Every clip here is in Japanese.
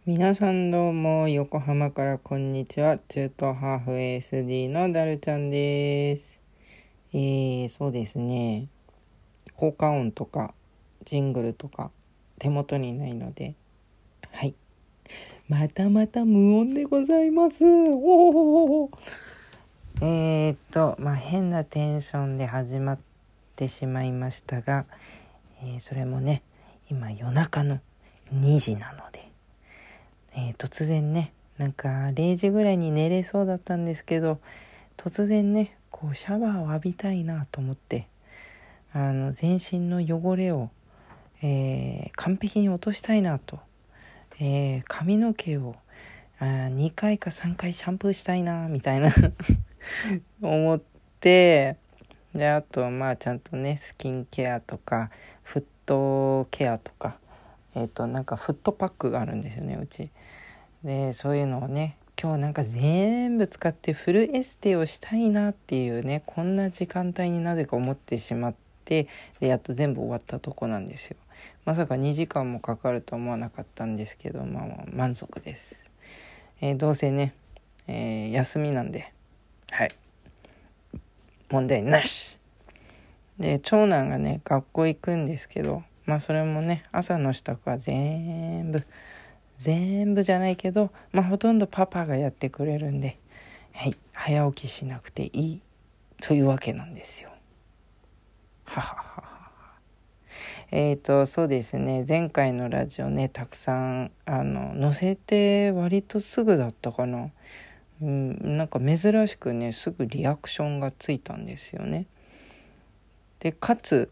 皆さんどうも、横浜からこんにちは。中東ハーフ ASD のダルちゃんです。そうですね。効果音とかジングルとか手元にないので、はい。また無音でございます。変なテンションで始まってしまいましたが、それもね、今夜中の2時なので、突然ね、なんか0時ぐらいに寝れそうだったんですけど、突然ね、こうシャワーを浴びたいなと思って、全身の汚れを、完璧に落としたいなと、髪の毛を2回か3回シャンプーしたいなみたいな思って、であとちゃんとね、スキンケアとかフットケアとか、なんかフットパックがあるんですよね、うちで。そういうのをね、今日なんか全部使ってフルエステをしたいなっていうね、こんな時間帯になぜか思ってしまって、でやっと全部終わったとこなんですよ。まさか2時間もかかると思わなかったんですけど、満足です。どうせね、休みなんで、はい、問題なしで。長男がね、学校行くんですけど、それもね、朝の支度は全部じゃないけど、ほとんどパパがやってくれるんで、はい、早起きしなくていいというわけなんですよ。はははは。そうですね、前回のラジオね、たくさん載せて割とすぐだったかな。なんか珍しくね、すぐリアクションがついたんですよね。でかつ、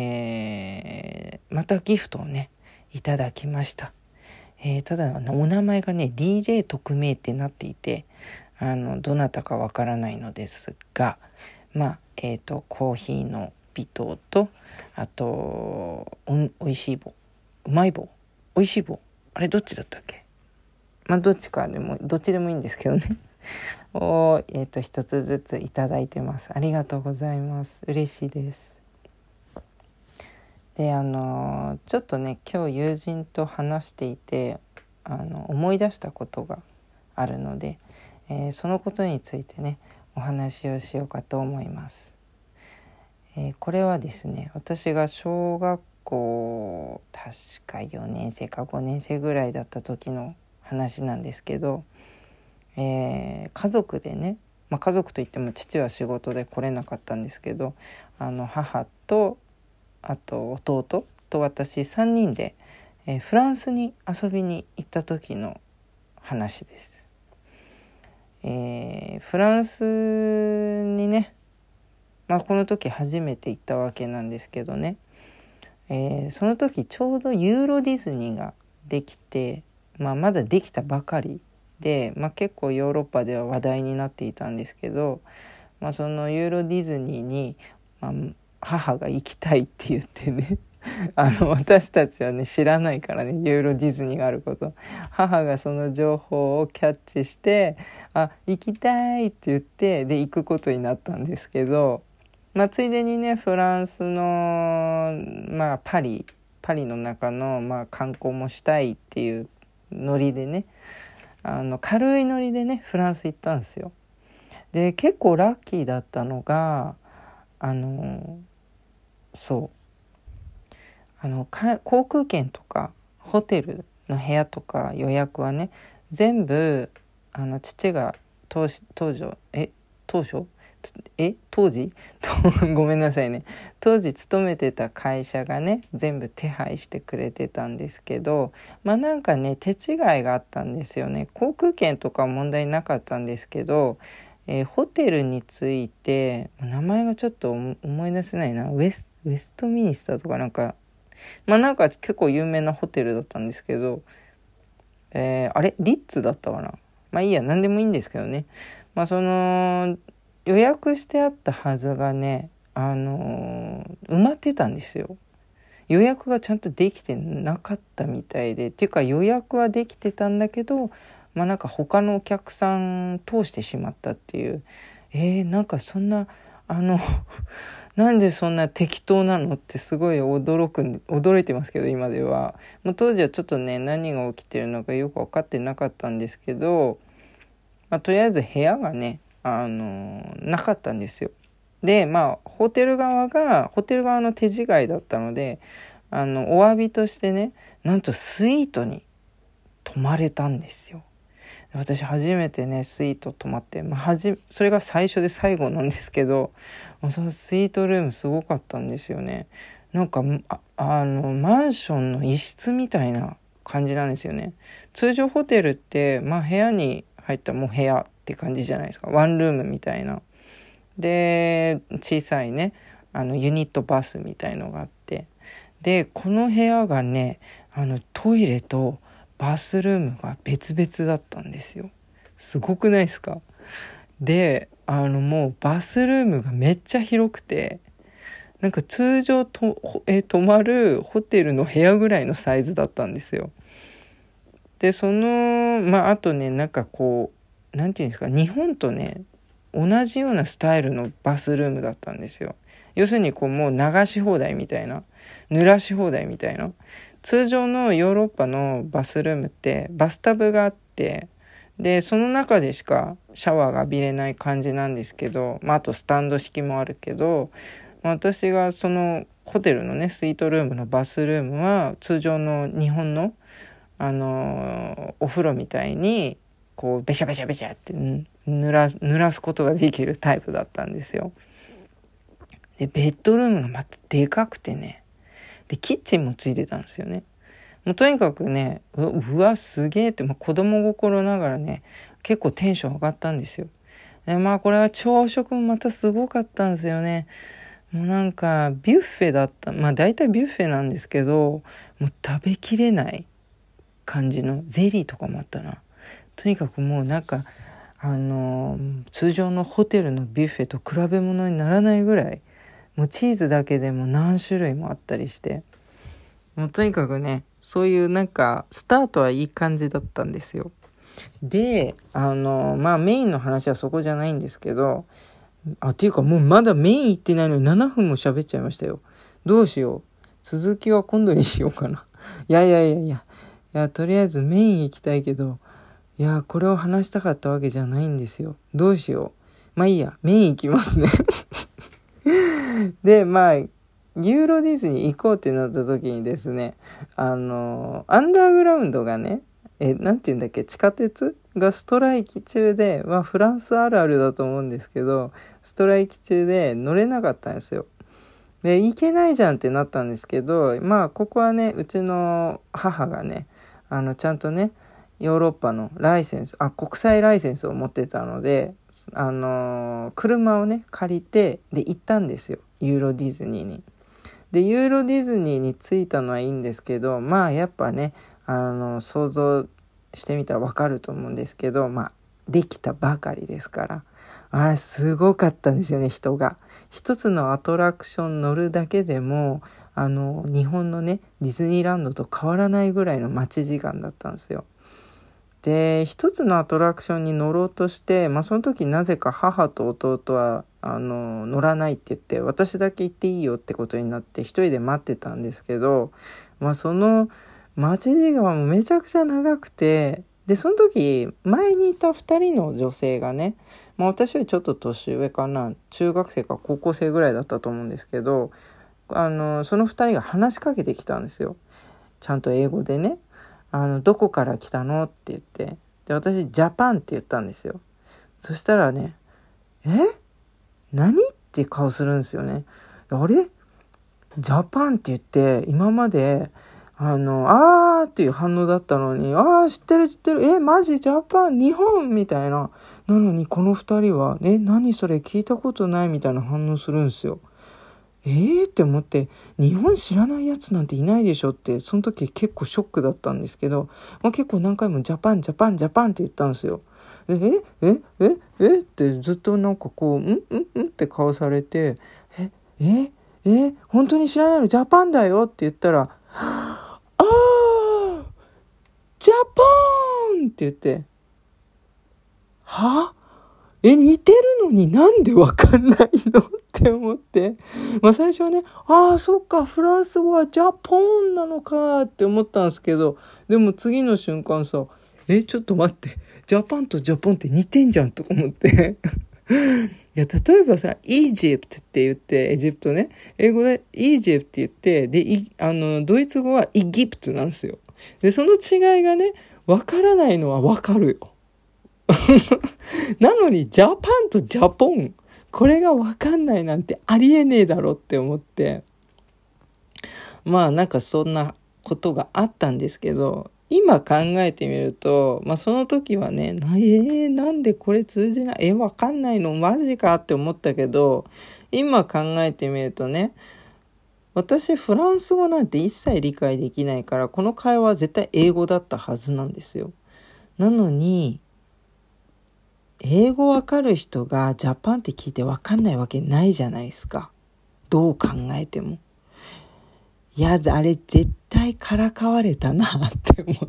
またギフトをねいただきました。ただお名前がね DJ 特命ってなっていて、どなたかわからないのですが、コーヒーの微糖と、あとおいしい棒、うまい棒、おいしい棒、あれどっちだったっけ。どっちかでもどっちでもいいんですけどねを一つずついただいてます。ありがとうございます。嬉しいです。でちょっとね、今日友人と話していて思い出したことがあるので、そのことについてねお話をしようかと思います。これはですね、私が小学校確か4年生か5年生ぐらいだった時の話なんですけど、家族でね、家族といっても父は仕事で来れなかったんですけど、母とあと弟と私3人で、フランスに遊びに行った時の話です。フランスにね、この時初めて行ったわけなんですけどね、その時ちょうどユーロディズニーができて、まだできたばかりで、結構ヨーロッパでは話題になっていたんですけど、そのユーロディズニーに、母が行きたいって言ってね私たちはね知らないからね、ユーロディズニーがあること。母がその情報をキャッチして、行きたいって言って、で行くことになったんですけど、ついでにねフランスのパリの中の観光もしたいっていうノリでね、軽いノリでねフランス行ったんですよ。で結構ラッキーだったのが、航空券とかホテルの部屋とか予約はね、全部父が当時ごめんなさいね、当時勤めてた会社がね全部手配してくれてたんですけど、なんかね手違いがあったんですよね。航空券とかは問題なかったんですけど、ホテルについて名前がちょっと思い出せないな。ウェストミニスターとかなんかなんか結構有名なホテルだったんですけど、あれリッツだったかな。いいや、何でもいいんですけどね。その予約してあったはずがね、埋まってたんですよ。予約がちゃんとできてなかったみたいで、っていうか予約はできてたんだけど、なんか他のお客さん通してしまったっていう、なんかそんななんでそんな適当なのってすごい驚いてますけど、今では。もう当時はちょっとね、何が起きてるのかよく分かってなかったんですけど、とりあえず部屋がね、なかったんですよ。で、ホテル側の手違いだったので、お詫びとしてね、なんとスイートに泊まれたんですよ。私初めてねスイート泊まって、それが最初で最後なんですけど、そのスイートルームすごかったんですよね。なんかマンションの一室みたいな感じなんですよね。通常ホテルって部屋に入ったらもう部屋って感じじゃないですか。ワンルームみたいな。で小さいねユニットバスみたいのがあって、でこの部屋がねトイレとバスルームが別々だったんですよ。すごくないですか？でもうバスルームがめっちゃ広くて、なんか通常泊まるホテルの部屋ぐらいのサイズだったんですよ。であとね、なんかこうなんていうんですか、日本とね同じようなスタイルのバスルームだったんですよ。要するにこうもう流し放題みたいな、濡らし放題みたいな。通常のヨーロッパのバスルームってバスタブがあって、でその中でしかシャワーが浴びれない感じなんですけど、あとスタンド式もあるけど、私がそのホテルのねスイートルームのバスルームは通常の日本のお風呂みたいにこうベシャベシャベシャって濡らすことができるタイプだったんですよ。でベッドルームがまたでかくてね、でキッチンもついてたんですよね。もうとにかくね、うわすげえって、子供心ながらね結構テンション上がったんですよ。でこれは朝食もまたすごかったんですよね。もうなんかビュッフェだった。大体ビュッフェなんですけど、もう食べきれない感じのゼリーとかもあったな。とにかくもうなんか通常のホテルのビュッフェと比べ物にならないぐらい、もうチーズだけでも何種類もあったりして、もうとにかくねそういうなんかスタートはいい感じだったんですよ。でメインの話はそこじゃないんですけど、っていうかもうまだメイン行ってないのに7分も喋っちゃいましたよ。どうしよう、続きは今度にしようかな。いやとりあえずメイン行きたいけど、これを話したかったわけじゃないんですよ。どうしよう。いいや、メイン行きますね。でユーロディズニー行こうってなった時にですね、アンダーグラウンドがね、なんていうんだっけ、地下鉄がストライキ中で、フランスあるあるだと思うんですけど、ストライキ中で乗れなかったんですよ。で行けないじゃんってなったんですけど、ここはねうちの母がねちゃんとねヨーロッパのライセンス国際ライセンスを持ってたので、車をね借りてで行ったんですよ、ユーロディズニーに。でユーロディズニーに着いたのはいいんですけど、やっぱね想像してみたらわかると思うんですけど、できたばかりですからすごかったんですよね。人が一つのアトラクション乗るだけでも日本のねディズニーランドと変わらないぐらいの待ち時間だったんですよ。で一つのアトラクションに乗ろうとして、その時なぜか母と弟は乗らないって言って、私だけ行っていいよってことになって一人で待ってたんですけど、その待ち時間もめちゃくちゃ長くて、でその時前にいた2人の女性がね、私よりちょっと年上かな、中学生か高校生ぐらいだったと思うんですけど、その2人が話しかけてきたんですよ。ちゃんと英語でね、どこから来たのって言って、で私ジャパンって言ったんですよ。そしたらね、何って顔するんですよね。あれジャパンって言って今までっていう反応だったのに、知ってる、マジジャパン、日本みたいな。なのにこの2人は何それ聞いたことないみたいな反応するんですよ。って思って、日本知らないやつなんていないでしょって、その時結構ショックだったんですけど、結構何回もジャパンって言ったんですよ。ってずっとなんかこう、って顔されて、本当に知らないの？ジャパンだよって言ったら、ジャパンって言って、 似てるのになんでわかんないのって思って。最初はね、そっか、フランス語はジャポンなのかって思ったんですけど、でも次の瞬間さ、ちょっと待って、ジャパンとジャポンって似てんじゃんとか思って。いや、例えばさ、イージプトって言って、エジプトね、英語でイージプトって言って、で、ドイツ語はイギプトなんですよ。で、その違いがね、わからないのはわかるよ。なのにジャパンとジャポン、これが分かんないなんてありえねえだろって思って、なんかそんなことがあったんですけど、今考えてみると、その時はね、なんでこれ通じない、分かんないのマジかって思ったけど、今考えてみるとね、私フランス語なんて一切理解できないから、この会話は絶対英語だったはずなんですよ。なのに英語わかる人がジャパンって聞いてわかんないわけないじゃないですか。どう考えても。いや、あれ絶対からかわれたなって思って、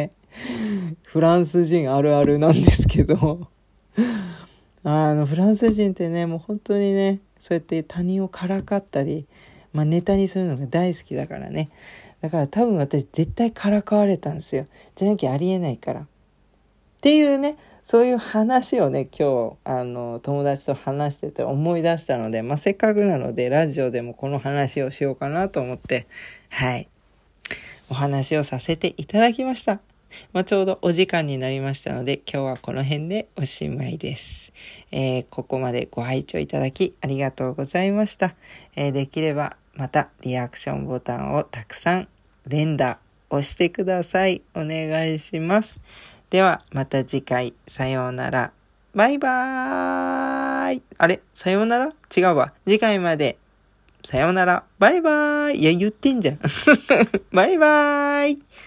フランス人あるあるなんですけど、フランス人ってね、もう本当にね、そうやって他人をからかったり、ネタにするのが大好きだからね。だから多分私絶対からかわれたんですよ。じゃなきゃありえないから。っていうね、そういう話をね、今日、友達と話してて思い出したので、せっかくなので、ラジオでもこの話をしようかなと思って、はい、お話をさせていただきました。ちょうどお時間になりましたので、今日はこの辺でおしまいです。ここまでご拝聴いただきありがとうございました。できればまたリアクションボタンをたくさん連打押してください。お願いします。ではまた次回、さようなら。バイバーイ。あれ、さようなら？違うわ。次回まで。さようなら。バイバーイ。いや、言ってんじゃん。バイバーイ。